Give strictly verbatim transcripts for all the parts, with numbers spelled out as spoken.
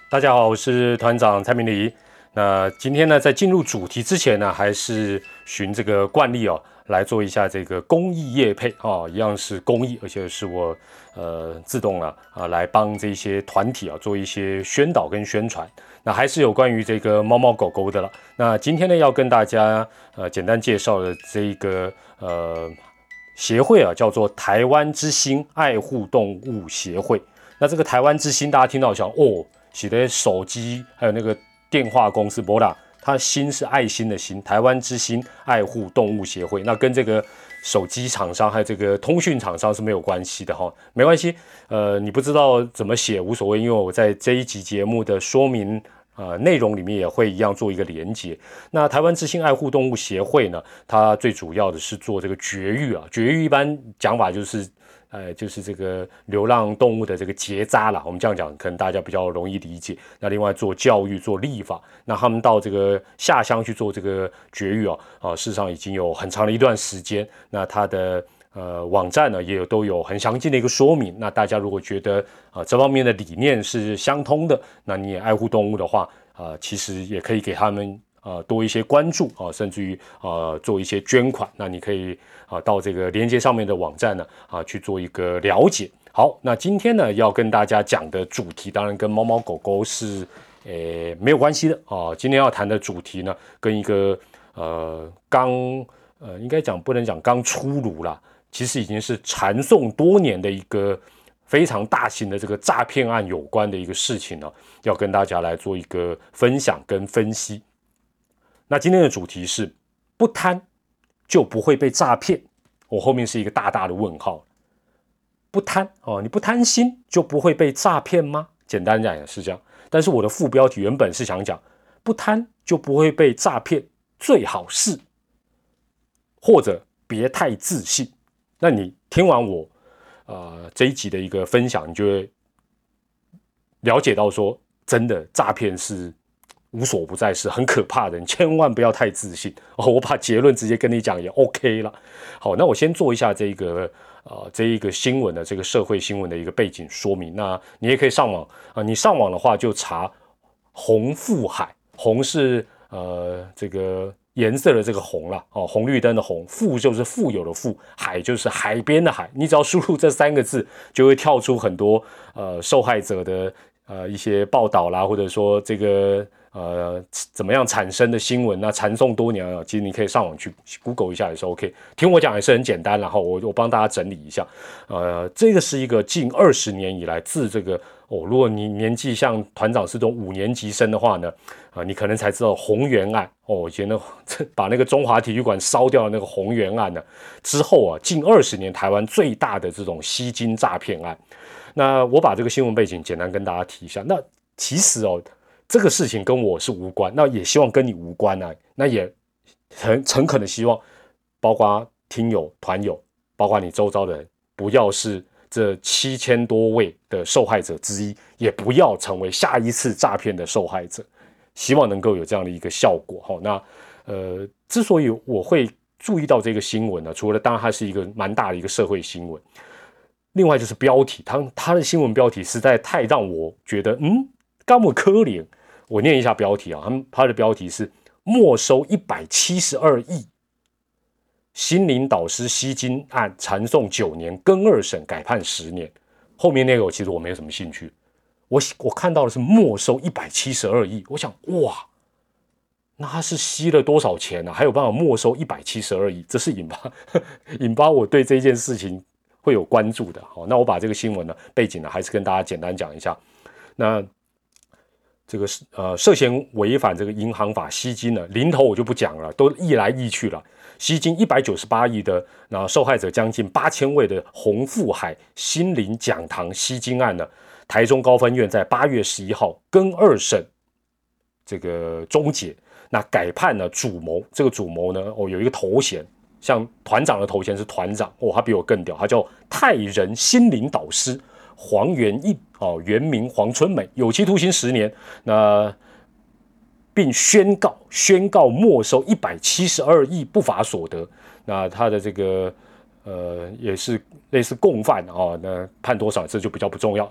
大家好，我是团长蔡明黎。那今天呢，在进入主题之前呢，还是循这个惯例哦，来做一下这个公益业配哦，一样是公益，而且是我呃自动了啊来帮这些团体啊做一些宣导跟宣传。那还是有关于这个猫猫狗狗的了。那今天呢，要跟大家呃简单介绍的这一个呃协会啊，叫做台湾之心爱护动物协会。那这个台湾之心，大家听到想哦。写的手机还有那个电话公司波拉，它心是爱心的心，台湾之心爱护动物协会，那跟这个手机厂商还有这个通讯厂商是没有关系的哈，没关系，呃，你不知道怎么写无所谓，因为我在这一集节目的说明呃内容里面也会一样做一个连结。那台湾之心爱护动物协会呢，它最主要的是做这个绝育啊，绝育一般讲法就是。呃，就是这个流浪动物的这个结扎啦，我们这样讲，可能大家比较容易理解。那另外做教育、做立法，那他们到这个下乡去做这个绝育啊，啊，事实上已经有很长的一段时间。那它的呃网站呢，也有都有很详尽的一个说明。那大家如果觉得啊、呃、这方面的理念是相通的，那你也爱护动物的话，啊、呃，其实也可以给他们。呃，多一些关注啊，甚至于呃做一些捐款，那你可以啊到这个连接上面的网站呢啊去做一个了解。好，那今天呢要跟大家讲的主题，当然跟猫猫狗狗是诶没有关系的啊。今天要谈的主题呢，跟一个呃刚呃应该讲不能讲刚出炉啦，其实已经是缠讼多年的一个非常大型的这个诈骗案有关的一个事情呢，要跟大家来做一个分享跟分析。那今天的主题是不贪就不会被诈骗，我后面是一个大大的问号。不贪哦，你不贪心就不会被诈骗吗？简单讲也是这样，但是我的副标题原本是想讲不贪就不会被诈骗，最好是或者别太自信。那你听完我呃这一集的一个分享，你就会了解到说，真的诈骗是。无所不在是很可怕的，你千万不要太自信哦。我把结论直接跟你讲也 OK 了。好，那我先做一下这个呃这一个新闻的这个社会新闻的一个背景说明。那你也可以上网啊、呃，你上网的话就查红富海，红是呃这个颜色的这个红啦，哦，红绿灯的红，富就是富有的富，海就是海边的海。你只要输入这三个字，就会跳出很多呃受害者的呃一些报道啦，或者说这个。呃，怎么样产生的新闻？那缠讼多年啊，其实你可以上网去 Google 一下也是 OK。听我讲也是很简单，然后我我帮大家整理一下。呃，这个是一个近二十年以来自这个哦，如果你年纪像团长是这种五年级生的话呢，啊、呃，你可能才知道红源案哦，以前呢把那个中华体育馆烧掉的那个红源案呢，之后啊，近二十年台湾最大的这种吸金诈骗案。那我把这个新闻背景简单跟大家提一下。那其实哦。这个事情跟我是无关，那也希望跟你无关啊。那也很诚恳的希望，包括听友、团友，包括你周遭的人，不要是这七千多位的受害者之一，也不要成为下一次诈骗的受害者。希望能够有这样的一个效果。好，那呃，之所以我会注意到这个新闻呢，除了当然它是一个蛮大的一个社会新闻，另外就是标题，它它的新闻标题实在太让我觉得，嗯，干么可怜。我念一下标题啊，他们他的标题是没收一百七十二亿，心灵导师吸金案缠讼九年，更二审改判十年。后面那个我其实我没有什么兴趣，我我看到的是没收一百七十二亿，我想哇，那他是吸了多少钱啊？还有办法没收一百七十二亿，这是引发引发我对这件事情会有关注的。好，那我把这个新闻呢背景呢还是跟大家简单讲一下。那这个呃涉嫌违反这个银行法吸金呢，零头我就不讲了，都议来议去了。吸金一百九十八亿的，那受害者将近八千位的洪富海心灵讲堂吸金案呢，台中高分院在八月十一号更二审这个终结。那改判呢，主谋这个主谋呢，哦有一个头衔，像团长的头衔是团长，哦他比我更屌，他叫泰人心灵导师。黄元印哦，原名黄春美，有期徒刑十年。那并宣告宣告没收一百七十二亿不法所得。那他的这个呃也是类似共犯啊、哦，那判多少这就比较不重要。那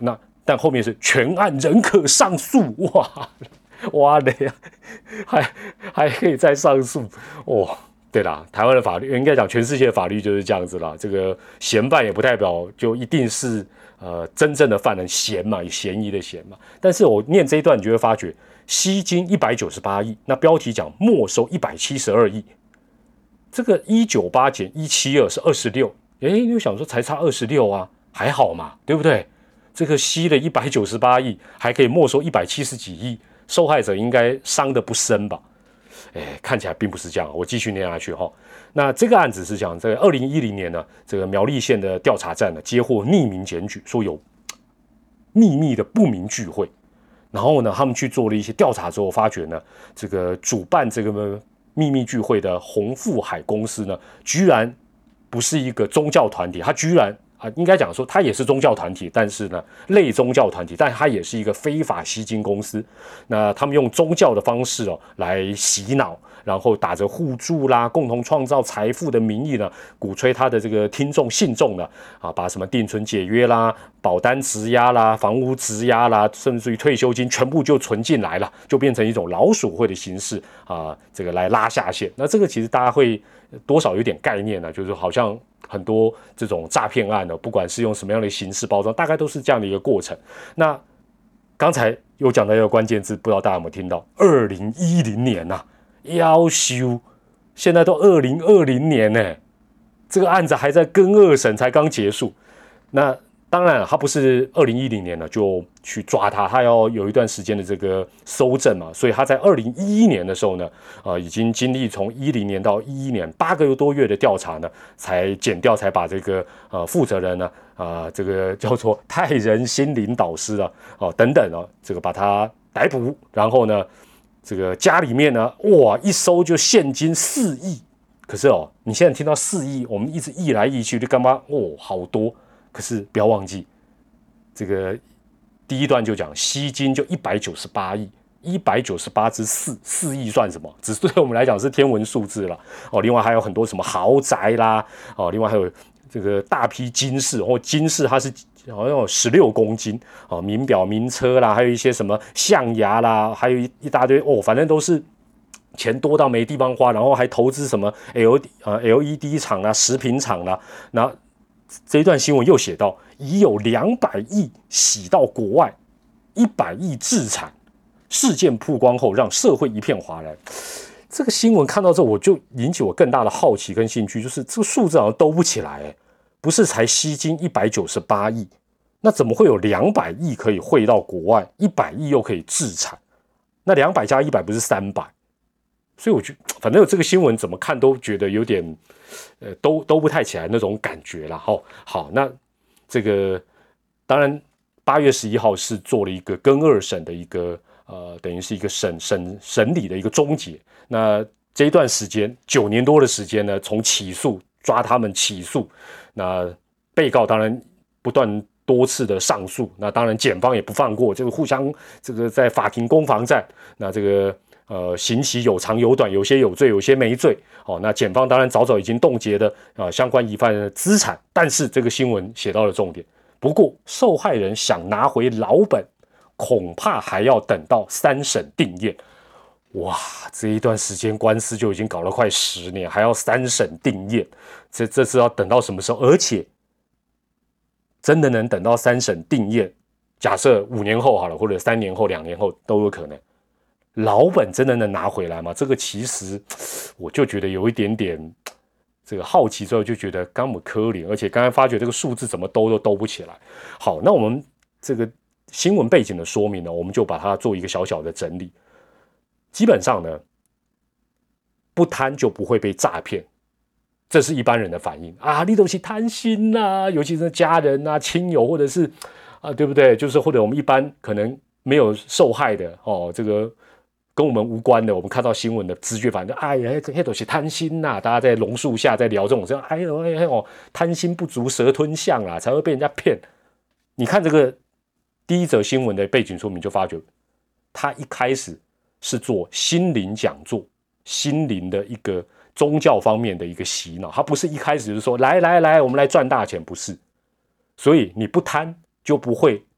但后面是全案仍可上诉，哇哇嘞呀，还还可以再上诉哦。对啦，台湾的法律应该讲全世界的法律就是这样子啦。这个嫌犯也不代表就一定是呃真正的犯人，嫌嘛，有嫌疑的嫌嘛。但是我念这一段，你就会发觉吸金一百九十八亿，那标题讲没收一百七十二亿，这个一九八减一七二是二十六，哎，你就想说才差二十六啊，还好嘛，对不对？这个吸了一百九十八亿，还可以没收一百七十几亿，受害者应该伤得不深吧？哎，看起来并不是这样。我继续念下去哈。那这个案子是讲，在二零一零年呢，这个苗栗县的调查站呢，接获匿名检举，说有秘密的不明聚会。然后呢，他们去做了一些调查之后，发觉呢，这个主办这个秘密聚会的鸿富海公司呢，居然不是一个宗教团体，它居然啊，应该讲说它也是宗教团体，但是呢，类宗教团体，但它也是一个非法吸金公司。那他们用宗教的方式哦来洗脑，然后打着互助啦、共同创造财富的名义呢，鼓吹他的这个听众信众呢啊，把什么定存解约啦、保单质押啦、房屋质押啦，甚至于退休金全部就存进来了，就变成一种老鼠会的形式啊，这个来拉下线。那这个其实大家会多少有点概念呢、啊，就是好像很多这种诈骗案呢，不管是用什么样的形式包装，大概都是这样的一个过程。那刚才有讲到一个关键字，不知道大家有没有听到？二零一零年呐、啊，夭壽，现在都二零二零年呢，这个案子还在更二审才刚结束。那当然，他不是二零一零年呢就去抓他，他要有一段时间的这个搜证嘛，所以他在二零一一年的时候呢，呃，已经经历从一零年到一一年八个多月的调查呢，才检调，才把这个呃负责人呢，啊、呃，这个叫做泰人心灵导师啊，哦、呃、等等啊，这个把他逮捕，然后呢，这个家里面呢，哇，一搜就现金四亿，可是哦，你现在听到四亿，我们一直亿来亿去，就干嘛？哦，好多。可是不要忘记，这个第一段就讲吸金就一百九十八亿，一百九十八之四，四亿算什么？只是对我们来讲是天文数字了哦。另外还有很多什么豪宅啦哦，另外还有这个大批金饰，或、哦、金饰它是好像有十六公斤哦，名表名车啦，还有一些什么象牙啦，还有 一, 一大堆哦，反正都是。钱多到没地方花，然后还投资什么 L 呃 L E D 厂啦、食品厂啦，那这一段新闻又写到，已有两百亿洗到国外，一百亿自产。事件曝光后，让社会一片哗然。这个新闻看到之后，我就引起我更大的好奇跟兴趣，就是这个数字好像兜不起来，不是才吸金一百九十八亿，那怎么会有两百亿可以汇到国外，一百亿又可以自产？那两百加一百不是三百？所以我就反正有这个新闻怎么看都觉得有点，呃，都都不太起来那种感觉啦。好，好，那这个当然八月十一号是做了一个更二审的一个呃，等于是一个审审审理的一个终结。那这一段时间九年多的时间呢，从起诉抓他们起诉，那被告当然不断多次的上诉，那当然检方也不放过，这个互相这个在法庭攻防战，那这个。呃，刑期有长有短，有些有罪，有些没罪。哦，那检方当然早早已经冻结的啊、呃、相关疑犯的资产，但是这个新闻写到了重点。不过，受害人想拿回老本，恐怕还要等到三审定验。哇，这一段时间官司就已经搞了快十年，还要三审定验，这这是要等到什么时候？而且，真的能等到三审定验？假设五年后好了，或者三年后、两年后都有可能。老本真的能拿回来吗？这个其实我就觉得有一点点这个好奇，之后就觉得刚姆科林，而且刚才发觉这个数字怎么兜都兜不起来。好，那我们这个新闻背景的说明呢，我们就把它做一个小小的整理。基本上呢，不贪就不会被诈骗，这是一般人的反应啊，你都是贪心啊，尤其是家人啊、亲友或者是啊，对不对？就是或者我们一般可能没有受害的哦，这个。跟我们无关的，我们看到新闻的直觉反应，哎呀，这都是贪心呐、啊！大家在榕树下在聊这种事，哎呦哎呦，贪心不足蛇吞象啦，才会被人家骗。你看这个第一则新闻的背景说明，就发觉他一开始是做心灵讲座，心灵的一个宗教方面的一个洗脑，他不是一开始就是说来来来，我们来赚大钱，不是。所以你不贪就不会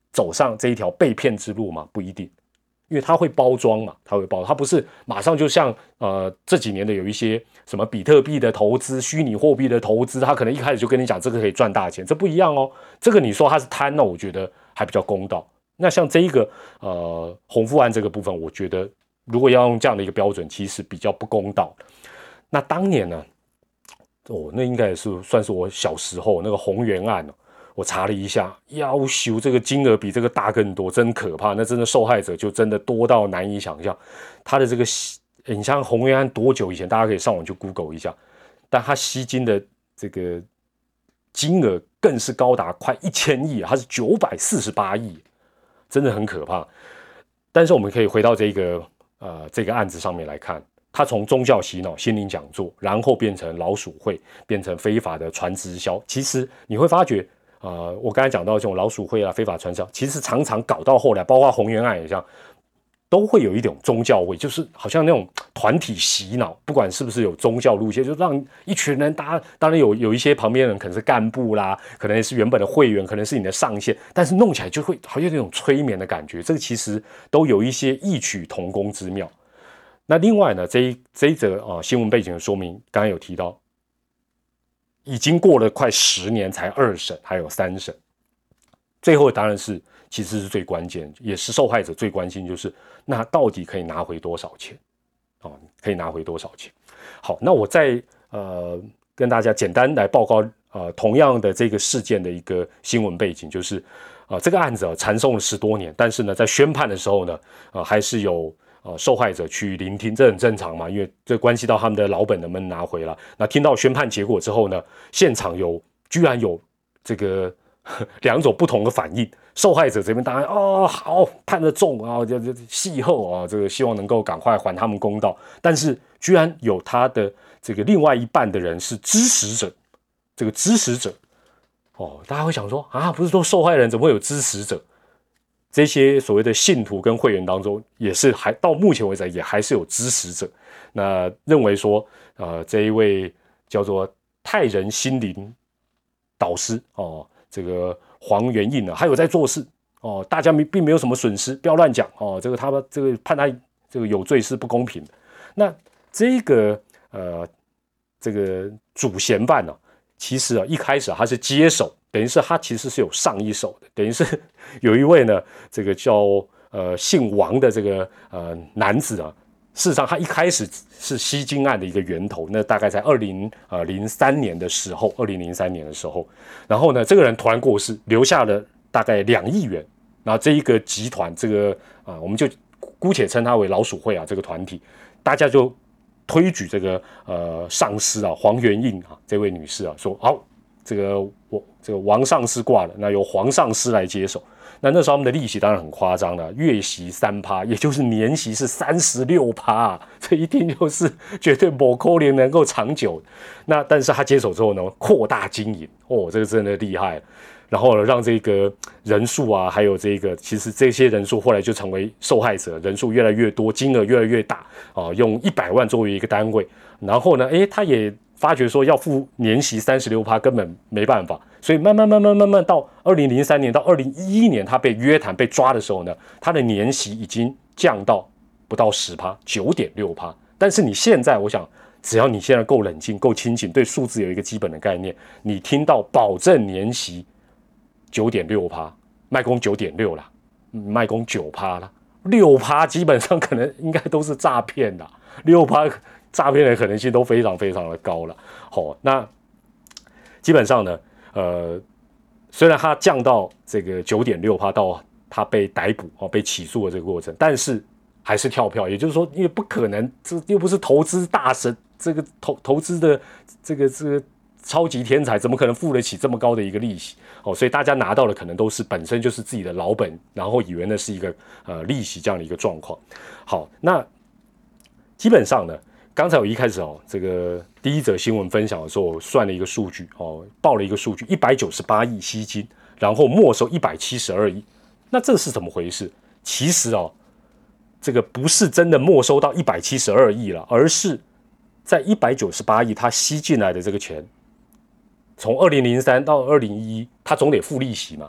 走上这一条被骗之路吗？不一定，因为它会包装嘛，它会包，它不是马上就像呃这几年的有一些什么比特币的投资、虚拟货币的投资，它可能一开始就跟你讲这个可以赚大钱，这不一样哦。这个你说它是贪，那我觉得还比较公道。那像这一个呃红富案这个部分，我觉得如果要用这样的一个标准，其实比较不公道。那当年呢，哦，那应该也是算是我小时候那个宏源案哦。我查了一下，要求这个金额比这个大更多，真可怕。那真的受害者就真的多到难以想象。他的这个，你像宏源案多久以前，大家可以上网去 Google 一下，但他吸金的这个金额更是高达快一千亿，他是九百四十八亿，真的很可怕。但是我们可以回到这个呃这个案子上面来看，他从宗教洗脑、心灵讲座，然后变成老鼠会，变成非法的传直销。其实你会发觉。呃，我刚才讲到这种老鼠会啊、非法传销，其实常常搞到后来，包括宏源案也像，都会有一种宗教味，就是好像那种团体洗脑，不管是不是有宗教路线，就让一群人，大家当然有有一些旁边人可能是干部啦，可能是原本的会员，可能是你的上线，但是弄起来就会好像有那种催眠的感觉，这个其实都有一些异曲同工之妙。那另外呢，这一这一则啊、呃、新闻背景的说明，刚刚有提到。已经过了快十年才二审，还有三审，最后当然是其实是最关键，也是受害者最关心，就是那到底可以拿回多少钱？哦，可以拿回多少钱？好，那我再呃跟大家简单来报告呃同样的这个事件的一个新闻背景，就是啊、呃、这个案子啊缠讼了十多年，但是呢在宣判的时候呢，啊、呃、还是有。呃，受害者去聆听，这很正常嘛，因为这关系到他们的老本能不能拿回来。那听到宣判结果之后呢，现场有居然有这个两种不同的反应。受害者这边当然哦好判得重啊，就就戏后啊，这个希望能够赶快还他们公道。但是居然有他的这个另外一半的人是支持者，这个支持者哦，大家会想说啊，不是说受害人怎么会有支持者？这些所谓的信徒跟会员当中，也是还到目前为止也还是有支持者，那认为说，呃，这一位叫做泰人心灵导师哦，这个黄元印呢，还有在做事哦，大家并没有什么损失，不要乱讲哦，这个他们这个判他这个有罪是不公平的。那这个呃这个主嫌犯呢、啊，其实啊一开始、啊、他是接手。等于是他其实是有上一手的，等于是有一位呢，这个叫呃姓王的这个呃男子啊，事实上他一开始是吸金案的一个源头，那大概在二零呃零三年的时候，二零零三年的时候，然后呢，这个人突然过世，留下了大概两亿元，然后这一个集团，这个啊、呃，我们就姑且称它为老鼠会啊，这个团体，大家就推举这个呃上司啊黄元印啊这位女士啊，说好。这个我这个王上司挂了，那由黄上司来接手。那那时候他们的利息当然很夸张了，月息三趴，也就是年息是三十六趴，这一定就是绝对不可能能够长久。那但是他接手之后呢，扩大经营，哦，这个真的厉害。然后呢，让这个人数啊，还有这个其实这些人数后来就成为受害者，人数越来越多，金额越来越大啊，用一百万作为一个单位。然后呢，诶，他也。发觉说要付年息 百分之三十六 根本没办法，所以慢慢慢慢慢慢到二零零三年到二零一一年他被约谈被抓的时候呢，他的年息已经降到不到 百分之十 百分之九点六。 但是你现在我想只要你现在够冷静够清醒，对数字有一个基本的概念，你听到保证年息 百分之九点六， 卖公 九点六 啦，卖公 百分之九 啦， 百分之六 基本上可能应该都是诈骗的， 百分之六诈骗的可能性都非常非常的高了。好、哦，那基本上呢，呃，虽然它降到这个 九点六 到他被逮捕、哦、被起诉的这个过程，但是还是跳票。也就是说，因为不可能，这又不是投资大神，这个投投资的这个这个超级天才，怎么可能付得起这么高的一个利息？哦，所以大家拿到的可能都是本身就是自己的老本，然后以为那是一个呃利息这样的一个状况。好，那基本上呢。刚才我一开始哦，这个第一则新闻分享的时候，我算了一个数据哦，报了一个数据，一百九十八亿吸金，然后没收一百七十二亿，那这是怎么回事？其实哦，这个不是真的没收到一百七十二亿了，而是在一百九十八亿他吸进来的这个钱，从二零零三到二零一一，他总得付利息嘛，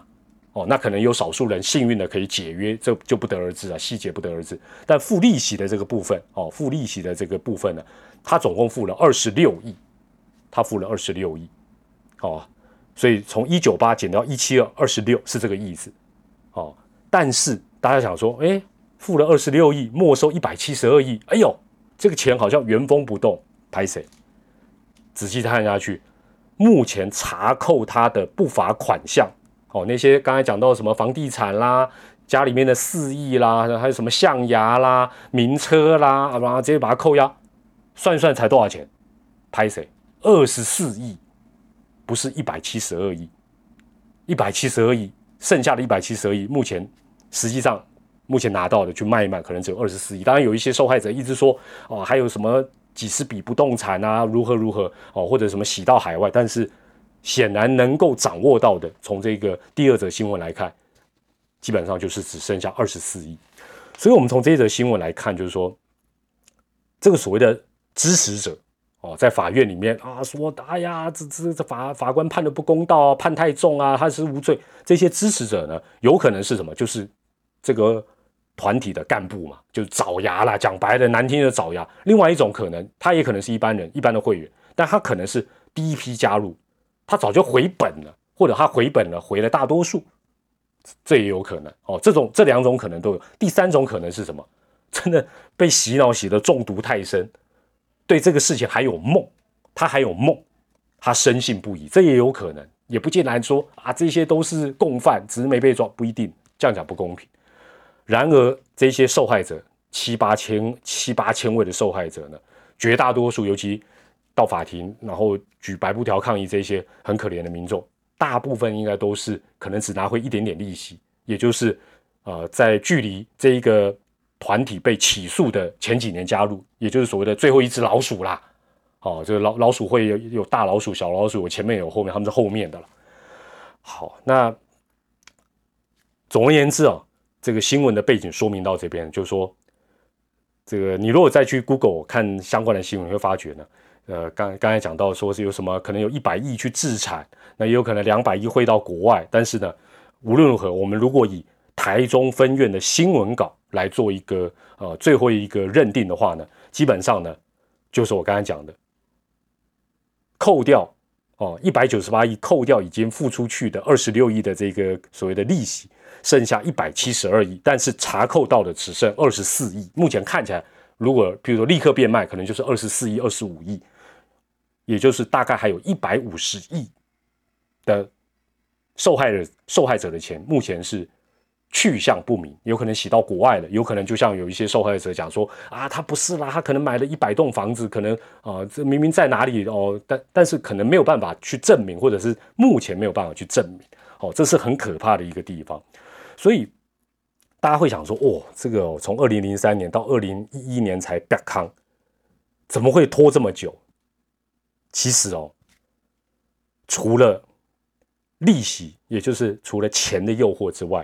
哦，那可能有少数人幸运的可以解约，这就不得而知啊，细节不得而知。但付利息的这个部分，哦，付利息的这个部分呢，他总共付了二十六亿，他付了二十六亿，哦，所以从一九八减掉一七二，二十六是这个意思，哦。但是大家想说，哎，付了二十六亿，没收一百七十二亿，哎呦，这个钱好像原封不动，拍谁？仔细看下去，目前查扣他的不法款项。哦，那些刚才讲到什么房地产啦，家里面的四亿啦，还有什么象牙啦、名车啦，啊，然后直接把它扣押，算一算才多少钱？拍谁？二十四亿，不是一百七十二亿，一百七十二亿，剩下的一百七十二亿，目前实际上目前拿到的去卖一卖，可能只有二十四亿。当然有一些受害者一直说，哦，还有什么几十笔不动产啊，如何如何哦，或者什么洗到海外，但是。显然能够掌握到的，从这个第二则新闻来看，基本上就是只剩下二十四亿。所以，我们从这一则新闻来看，就是说，这个所谓的支持者哦，在法院里面啊说，哎呀，这这这法法官判的不公道啊，判太重啊，他是无罪。这些支持者呢，有可能是什么？就是这个团体的干部嘛，就是爪牙啦，讲白了难听的爪牙。另外一种可能，他也可能是一般人，一般的会员，但他可能是第一批加入。他早就回本了，或者他回本了，回了大多数，这也有可能哦。这种这两种可能都有。第三种可能是什么？真的被洗脑洗的中毒太深，对这个事情还有梦，他还有梦，他深信不疑，这也有可能。也不见得说啊，这些都是共犯，只是没被抓，不一定，这样讲不公平。然而，这些受害者七八千七八千位的受害者呢，绝大多数，尤其到法庭，然后举白布条抗议，这些很可怜的民众，大部分应该都是可能只拿回一点点利息，也就是呃，在距离这一个团体被起诉的前几年加入，也就是所谓的最后一只老鼠啦。哦，这个老老鼠会有有大老鼠、小老鼠，有前面有后面，他们是后面的了。好，那总而言之啊，这个新闻的背景说明到这边，就是说，这个你如果再去 Google 看相关的新闻，你会发觉呢。呃，刚刚才讲到说是有什么可能有一百亿去自产，那也有可能两百亿汇到国外。但是呢，无论如何，我们如果以台中分院的新闻稿来做一个呃最后一个认定的话呢，基本上呢，就是我刚才讲的，扣掉哦一百九十八亿，扣掉已经付出去的二十六亿的这个所谓的利息，剩下一百七十二亿，但是查扣到的只剩二十四亿。目前看起来，如果比如说立刻变卖，可能就是二十四亿、二十五亿。也就是大概还有一百五十亿的受害者受害者的钱，目前是去向不明，有可能洗到国外了，有可能就像有一些受害者讲说啊，他不是啦，他可能买了一百栋房子，可能啊、呃，这明明在哪里哦，但但是可能没有办法去证明，或者是目前没有办法去证明，哦，这是很可怕的一个地方。所以大家会想说，哦，这个、哦、从二零零三年到二零一一年才become康，怎么会拖这么久？其实哦，除了利息，也就是除了钱的诱惑之外，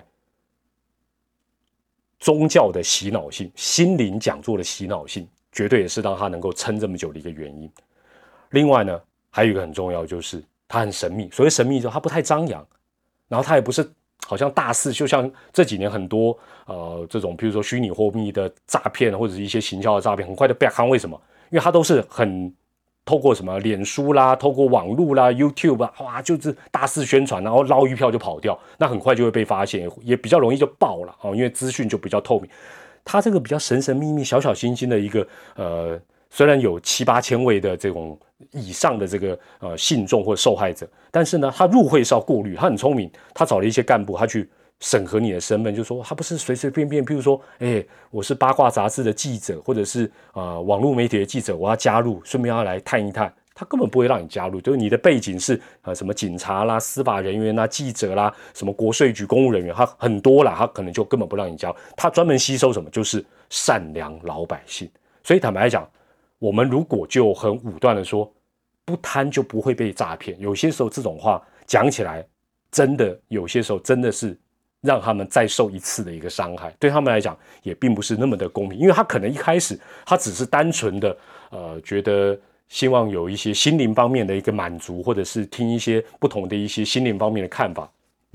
宗教的洗脑性、心灵讲座的洗脑性，绝对也是让他能够撑这么久的一个原因。另外呢，还有一个很重要，就是他很神秘。所谓神秘，就是他不太张扬，然后他也不是好像大肆，就像这几年很多呃这种，比如说虚拟货币的诈骗或者是一些行销的诈骗，很快的被康。为什么？因为他都是很。透过什么脸书啦，透过网络啦 YouTube 啊，哇，就是大肆宣传，然后捞一票就跑掉，那很快就会被发现，也比较容易就爆了哦，因为资讯就比较透明。他这个比较神神秘秘、小小心心的一个呃，虽然有七八千位的这种以上的这个呃信众或受害者，但是呢，他入会是要过滤，他很聪明，他找了一些干部，他去审核你的身份，就说他不是随随便便，譬如说，哎，我是八卦杂志的记者，或者是呃网络媒体的记者，我要加入，顺便要来探一探，他根本不会让你加入，就是你的背景是呃什么警察啦、司法人员啦、记者啦、什么国税局公务人员，他很多啦，他可能就根本不让你加入，他专门吸收什么，就是善良老百姓。所以坦白来讲，我们如果就很武断的说，不贪就不会被诈骗，有些时候这种话讲起来，真的有些时候真的是。让他们再受一次的一个伤害，对他们来讲也并不是那么的公平，因为他可能一开始他只是单纯的呃觉得希望有一些心灵方面的一个满足，或者是听一些不同的一些心灵方面的看法，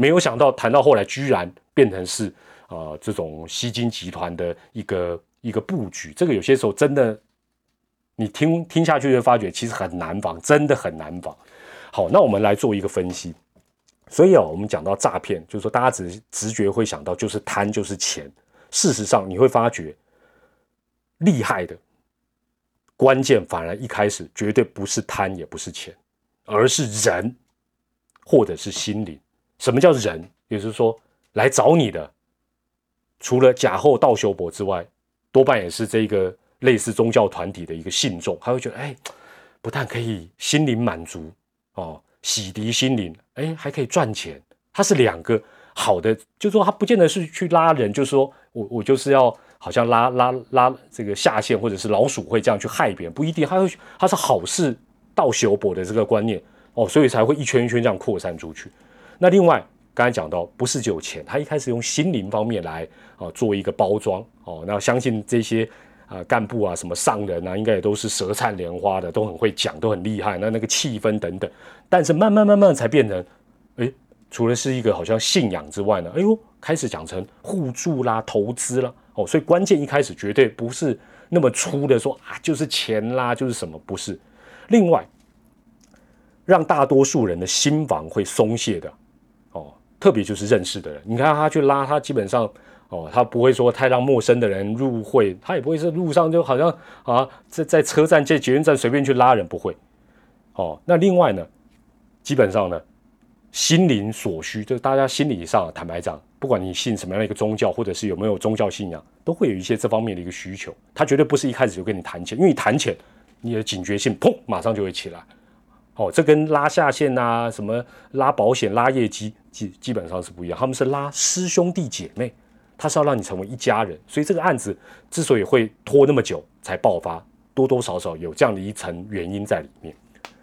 没有想到谈到后来居然变成是呃这种吸金集团的一个一个布局，这个有些时候真的你听听下去就会发觉其实很难防，真的很难防。好，那我们来做一个分析。所以啊，我们讲到诈骗，就是说大家直直觉会想到就是贪就是钱，事实上你会发觉厉害的关键反而一开始绝对不是贪也不是钱，而是人或者是心灵。什么叫人？也就是说来找你的除了假后道修博之外，多半也是这个类似宗教团体的一个信众，他会觉得哎，不但可以心灵满足哦，洗涤心灵，哎，还可以赚钱。它是两个好的，就是说他不见得是去拉人，就是说我我就是要好像拉拉拉这个下线或者是老鼠会这样去害别人，不一定，他会他是好事道修博的这个观念哦，所以才会一圈一圈这样扩散出去。那另外刚才讲到，不是只有钱，他一开始用心灵方面来啊做一个包装哦，那相信这些啊干部啊什么上人啊，应该也都是舌灿莲花的，都很会讲，都很厉害，那那个气氛等等，但是慢慢慢慢才变成，哎，除了是一个好像信仰之外呢，哎呦，开始讲成互助啦、投资啦，哦，所以关键一开始绝对不是那么粗的说啊，就是钱啦，就是什么，不是。另外，让大多数人的心防会松懈的，哦，特别就是认识的人，你看他去拉，他基本上哦，他不会说太让陌生的人入会，他也不会是路上就好像啊，在在车站、在捷运站随便去拉人，不会。哦，那另外呢，基本上呢，心灵所需，就是大家心理上，坦白讲，不管你信什么样的一个宗教，或者是有没有宗教信仰，都会有一些这方面的一个需求。他绝对不是一开始就跟你谈钱，因为你谈钱，你的警觉性砰马上就会起来。哦，这跟拉下线啊，什么拉保险、拉业绩，基基本上是不一样。他们是拉师兄弟姐妹，他是要让你成为一家人。所以这个案子之所以会拖那么久才爆发，多多少少有这样的一层原因在里面。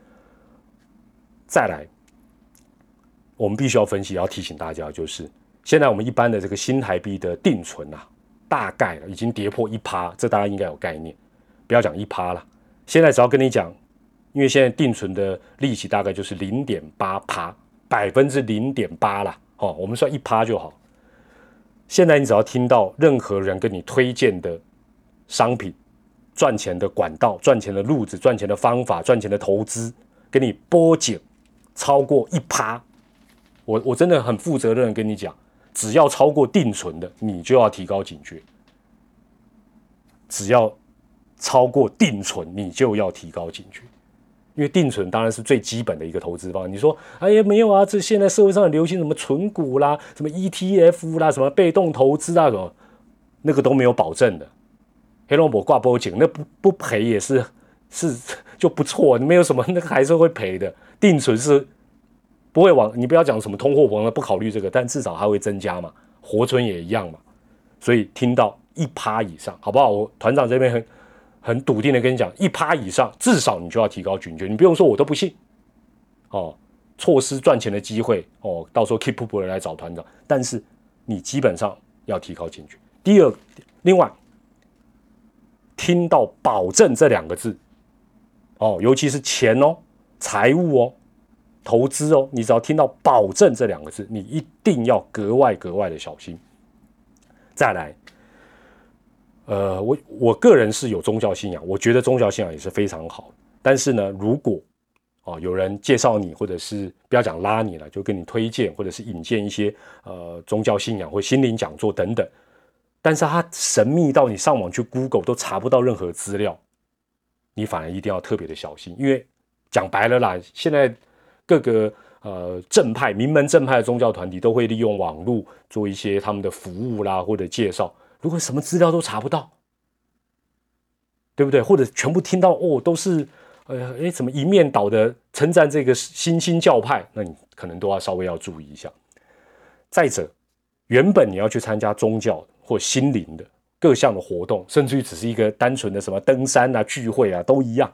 再来，我们必须要分析，要提醒大家，就是现在我们一般的这个新台币的定存啊，大概已经跌破一趴，这大家应该有概念。不要讲一趴了，现在只要跟你讲，因为现在定存的利息大概就是零点八趴，百分之零点八啦，哦，我们算一趴就好。现在你只要听到任何人跟你推荐的商品、赚钱的管道、赚钱的路子、赚钱的方法、赚钱的投资，给你波减超过一趴，我我真的很负责任跟你讲，只要超过定存的，你就要提高警觉。只要超过定存，你就要提高警觉，因为定存当然是最基本的一个投资方案。你说，哎呀，没有啊，这现在社会上很流行什么存股啦、什么 E T F 啦、什么被动投资啊，什么那个都没有保证的。黑龙博挂波景，那不不赔也是是就不错，没有什么那个还是会赔的。定存是不会往，你不要讲什么通货膨胀，不考虑这个，但至少它会增加嘛，活存也一样嘛。所以听到一趴以上，好不好？我团长这边很很笃定的跟你讲，一趴以上，至少你就要提高警觉。你不用说我都不信，哦，错失赚钱的机会，哦，到时候 keep up 来找团长，但是你基本上要提高警觉。第二，另外听到保证这两个字，哦，尤其是钱哦。财务哦，投资哦，你只要听到保证这两个字，你一定要格外格外的小心。再来，呃，我我个人是有宗教信仰，我觉得宗教信仰也是非常好。但是呢，如果哦有人介绍你，或者是不要讲拉你了，就跟你推荐或者是引荐一些呃宗教信仰或心灵讲座等等，但是它神秘到你上网去 Google 都查不到任何资料，你反而一定要特别的小心，因为讲白了啦，现在各个呃正派、名门正派的宗教团体都会利用网络做一些他们的服务啦，或者介绍。如果什么资料都查不到，对不对？或者全部听到哦都是呃哎怎么一面倒的称赞这个新兴教派，那你可能都要稍微要注意一下。再者，原本你要去参加宗教或心灵的各项的活动，甚至于只是一个单纯的什么登山啊、聚会啊，都一样。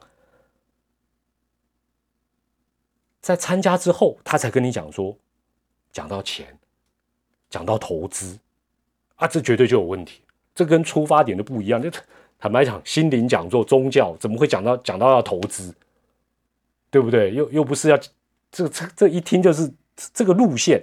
在参加之后，他才跟你讲说，讲到钱，讲到投资，啊，这绝对就有问题。这跟出发点都不一样。就坦白讲，心灵讲座、宗教怎么会讲到讲到要投资，对不对？又又不是要这这这一听就是这个路线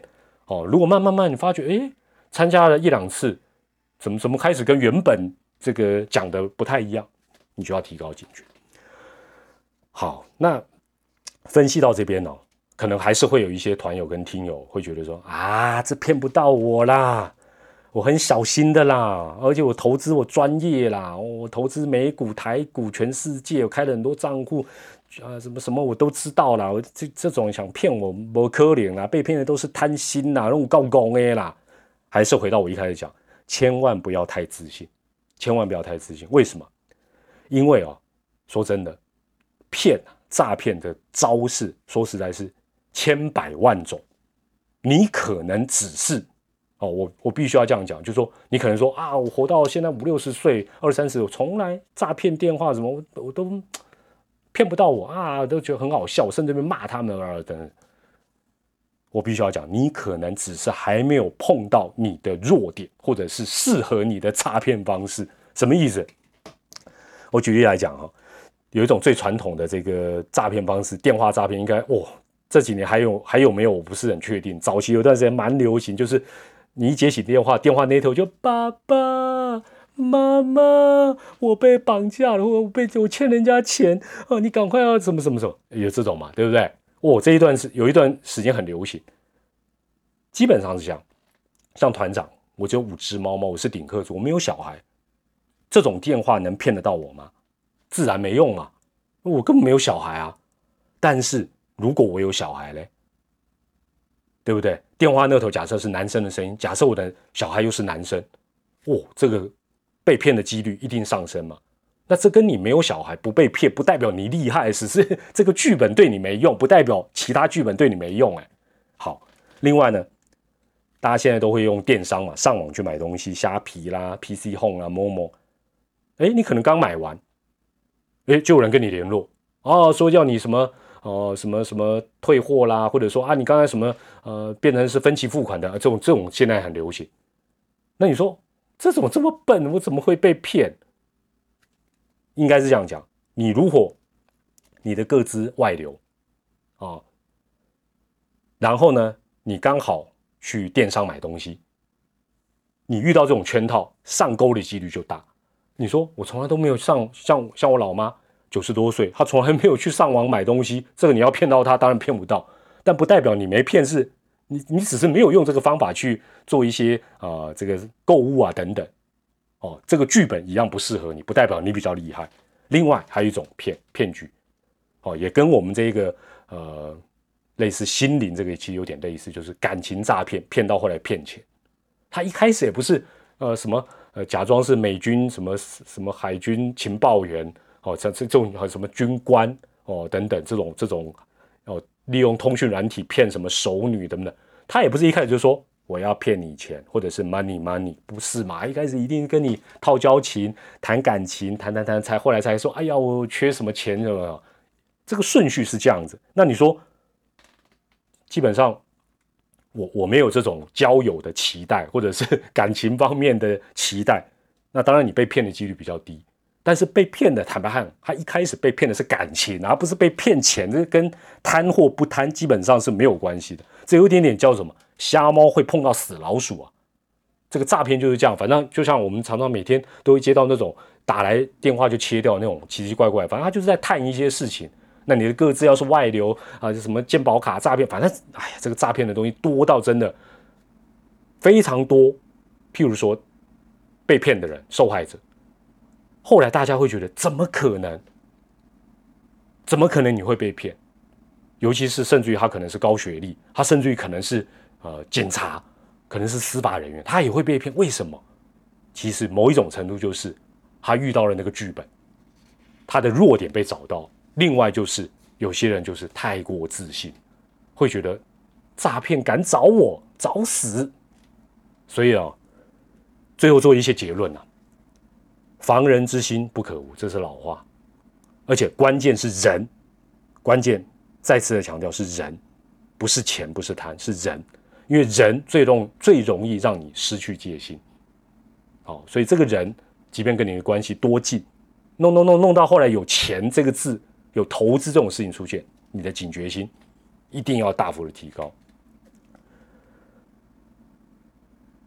哦，如果慢慢慢你发觉，哎，参加了一两次，怎么怎么开始跟原本这个讲的不太一样，你就要提高警觉。好，那分析到这边呢、哦，可能还是会有一些团友跟听友会觉得说啊，这骗不到我啦，我很小心的啦，而且我投资我专业啦，我投资美股、台股、全世界，我开了很多账户。啊，什么什么我都知道啦，我这这种想骗我没可能啦，被骗的都是贪心啦，那种高公的啦。还是回到我一开始讲，千万不要太自信，千万不要太自信。为什么？因为哦，说真的，骗诈骗的招式，说实在是千百万种，你可能只是哦，我我必须要这样讲，就是说你可能说啊，我活到现在五六十岁、二三十，我从来诈骗电话什么我我都。骗不到我啊，都觉得很好笑，我甚至被骂他们啊等等。我必须要讲，你可能只是还没有碰到你的弱点，或者是适合你的诈骗方式。什么意思？我举例来讲哈，有一种最传统的这个诈骗方式，电话诈骗，应该哦这几年还有还有没有？我不是很确定。早期有段时间蛮流行，就是你一接起电话，电话那头就爸爸。妈妈，我被绑架了，我被我欠人家钱啊！你赶快要什么什么什么，有这种嘛，对不对？哦，这一段是有一段时间很流行，基本上是这样。像团长，我只有五只猫猫，我是顶客族，我没有小孩，这种电话能骗得到我吗？自然没用嘛，我根本没有小孩啊。但是如果我有小孩嘞，对不对？电话那头假设是男生的声音，假设我的小孩又是男生，哦，这个。被骗的几率一定上升嘛？那这跟你没有小孩不被骗，不代表你厉害，只是这个剧本对你没用，不代表其他剧本对你没用。哎，好，另外呢，大家现在都会用电商嘛，上网去买东西，虾皮啦、P C Home 啦、Momo，哎，你可能刚买完，哎，就有人跟你联络，哦，说要你什么哦、呃、什么什么退货啦，或者说啊你刚才什么呃变成是分期付款的，这种这种现在很流行。那你说？这怎么这么笨？我怎么会被骗？应该是这样讲：你如果你的个资外流啊、哦，然后呢，你刚好去电商买东西，你遇到这种圈套，上钩的几率就大。你说我从来都没有上，像像我老妈九十多岁，她从来没有去上网买东西，这个你要骗到她，当然骗不到，但不代表你没骗是。你你只是没有用这个方法去做一些啊、呃、这个购物啊等等，哦，这个剧本一样不适合你，不代表你比较厉害。另外还有一种骗骗局，哦，也跟我们这个呃类似心灵这个其实有点类似，就是感情诈骗，骗到后来骗钱。他一开始也不是呃什么呃假装是美军什么什么海军情报员，哦，这这种什么军官哦等等这种这种哦。利用通讯软体骗什么熟女等等，他也不是一开始就说我要骗你钱，或者是 money money， 不是嘛？一开始一定跟你套交情、谈感情，谈谈谈，才后来才说，哎呀，我缺什么钱什么，这个顺序是这样子。那你说，基本上我我没有这种交友的期待，或者是感情方面的期待，那当然你被骗的几率比较低。但是被骗的，坦白讲，他一开始被骗的是感情，而不是被骗钱，这跟贪或不贪基本上是没有关系的。这有一点点叫什么？瞎猫会碰到死老鼠啊！这个诈骗就是这样，反正就像我们常常每天都会接到那种打来电话就切掉那种奇奇怪怪，反正他就是在探一些事情。那你的个资要是外流啊，什么健保卡诈骗，反正哎呀，这个诈骗的东西多到真的非常多。譬如说被骗的人，受害者。后来大家会觉得怎么可能？怎么可能你会被骗？尤其是甚至于他可能是高学历，他甚至于可能是呃警察，可能是司法人员，他也会被骗。为什么？其实某一种程度就是他遇到了那个剧本，他的弱点被找到。另外就是有些人就是太过自信，会觉得诈骗敢找我，找死。所以啊，最后做一些结论啊。防人之心不可无，这是老话，而且关键是人，关键再次的强调是人，不是钱，不是贪，是人，因为人最容最容易让你失去戒心。好，所以这个人，即便跟你的关系多近，弄弄弄弄到后来有钱这个字，有投资这种事情出现，你的警觉心一定要大幅的提高。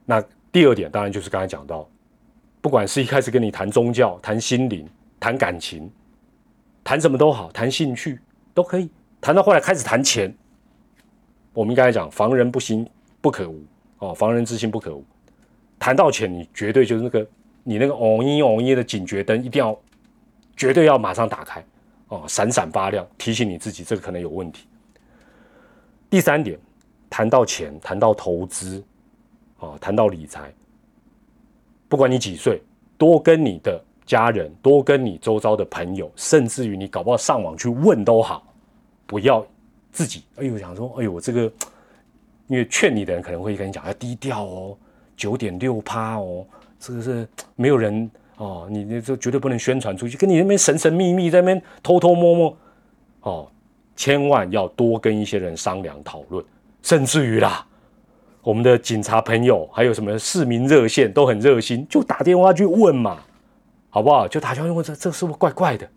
那第二点当然就是刚才讲到，不管是一开始跟你谈宗教、谈心灵、谈感情，谈什么都好，谈兴趣都可以，谈到后来开始谈钱，我们刚才讲防人不心不可无哦，防人之心不可无。谈到钱，你绝对就是那个你那个哦耶哦耶的警觉灯一定要绝对要马上打开哦，闪闪发亮，提醒你自己这个可能有问题。第三点，谈到钱，谈到投资哦，谈到理财，不管你几岁，多跟你的家人，多跟你周遭的朋友，甚至于你搞不好上网去问都好，不要自己哎呦想说哎呦我这个，因为劝你的人可能会跟你讲要低调哦，九点六趴哦，这个是没有人哦，你你这绝对不能宣传出去，跟你那边神神秘秘在那边偷偷摸摸哦，千万要多跟一些人商量讨论，甚至于啦。我们的警察朋友还有什么市民热线都很热心，就打电话去问嘛，好不好？就打电话去问这这是不是怪怪的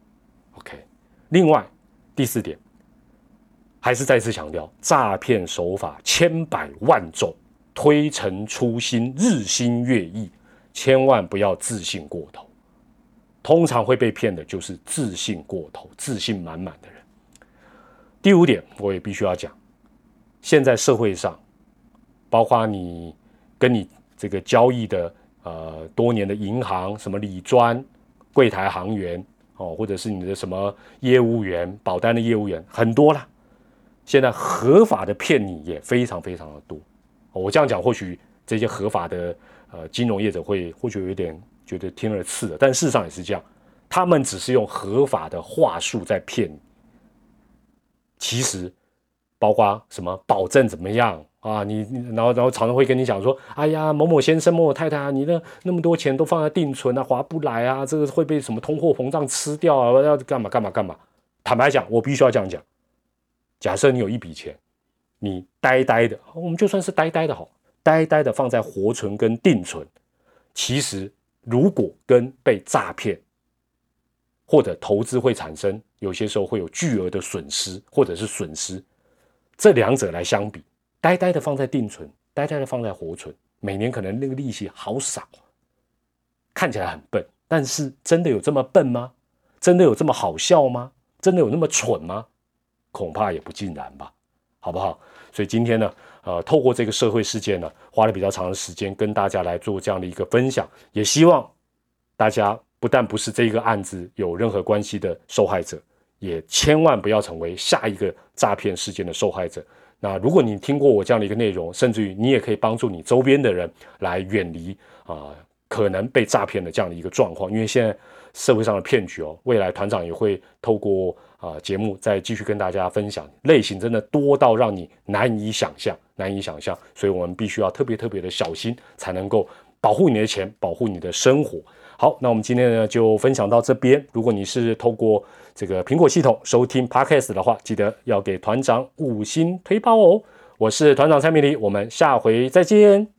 ？OK。另外第四点，还是再次强调，诈骗手法千百万种，推陈出新，日新月异，千万不要自信过头。通常会被骗的就是自信过头、自信满满的人。第五点，我也必须要讲，现在社会上。包括你跟你这个交易的呃多年的银行，什么理专、柜台行员哦，或者是你的什么业务员、保单的业务员，很多啦。现在合法的骗你也非常非常的多。哦、我这样讲，或许这些合法的呃金融业者会或许有一点觉得听了刺了，但事实上也是这样，他们只是用合法的话术在骗你。其实包括什么保证怎么样？啊，你然后然后常常会跟你讲说，哎呀，某某先生、某某太太啊，你那那么多钱都放在定存啊，划不来啊，这个会被什么通货膨胀吃掉啊，要干嘛干嘛干嘛？坦白讲，我必须要这样讲。假设你有一笔钱，你呆呆的，我们就算是呆呆的好，呆呆的放在活存跟定存，其实如果跟被诈骗或者投资会产生，有些时候会有巨额的损失或者是损失，这两者来相比。呆呆的放在定存，呆呆的放在活存，每年可能那个利息好少，看起来很笨，但是真的有这么笨吗？真的有这么好笑吗？真的有那么蠢吗？恐怕也不尽然吧，好不好？所以今天呢，呃，透过这个社会事件呢，花了比较长的时间跟大家来做这样的一个分享，也希望大家不但不是这个案子有任何关系的受害者，也千万不要成为下一个诈骗事件的受害者。那如果你听过我这样的一个内容，甚至于你也可以帮助你周边的人来远离啊、呃、可能被诈骗的这样的一个状况，因为现在社会上的骗局哦，未来团长也会透过啊、呃、节目再继续跟大家分享，类型真的多到让你难以想象，难以想象，所以我们必须要特别特别的小心，才能够保护你的钱，保护你的生活。好，那我们今天呢就分享到这边。如果你是透过这个苹果系统收听 Podcast 的话，记得要给团长五星推爆哦。我是团长蔡明黎，我们下回再见。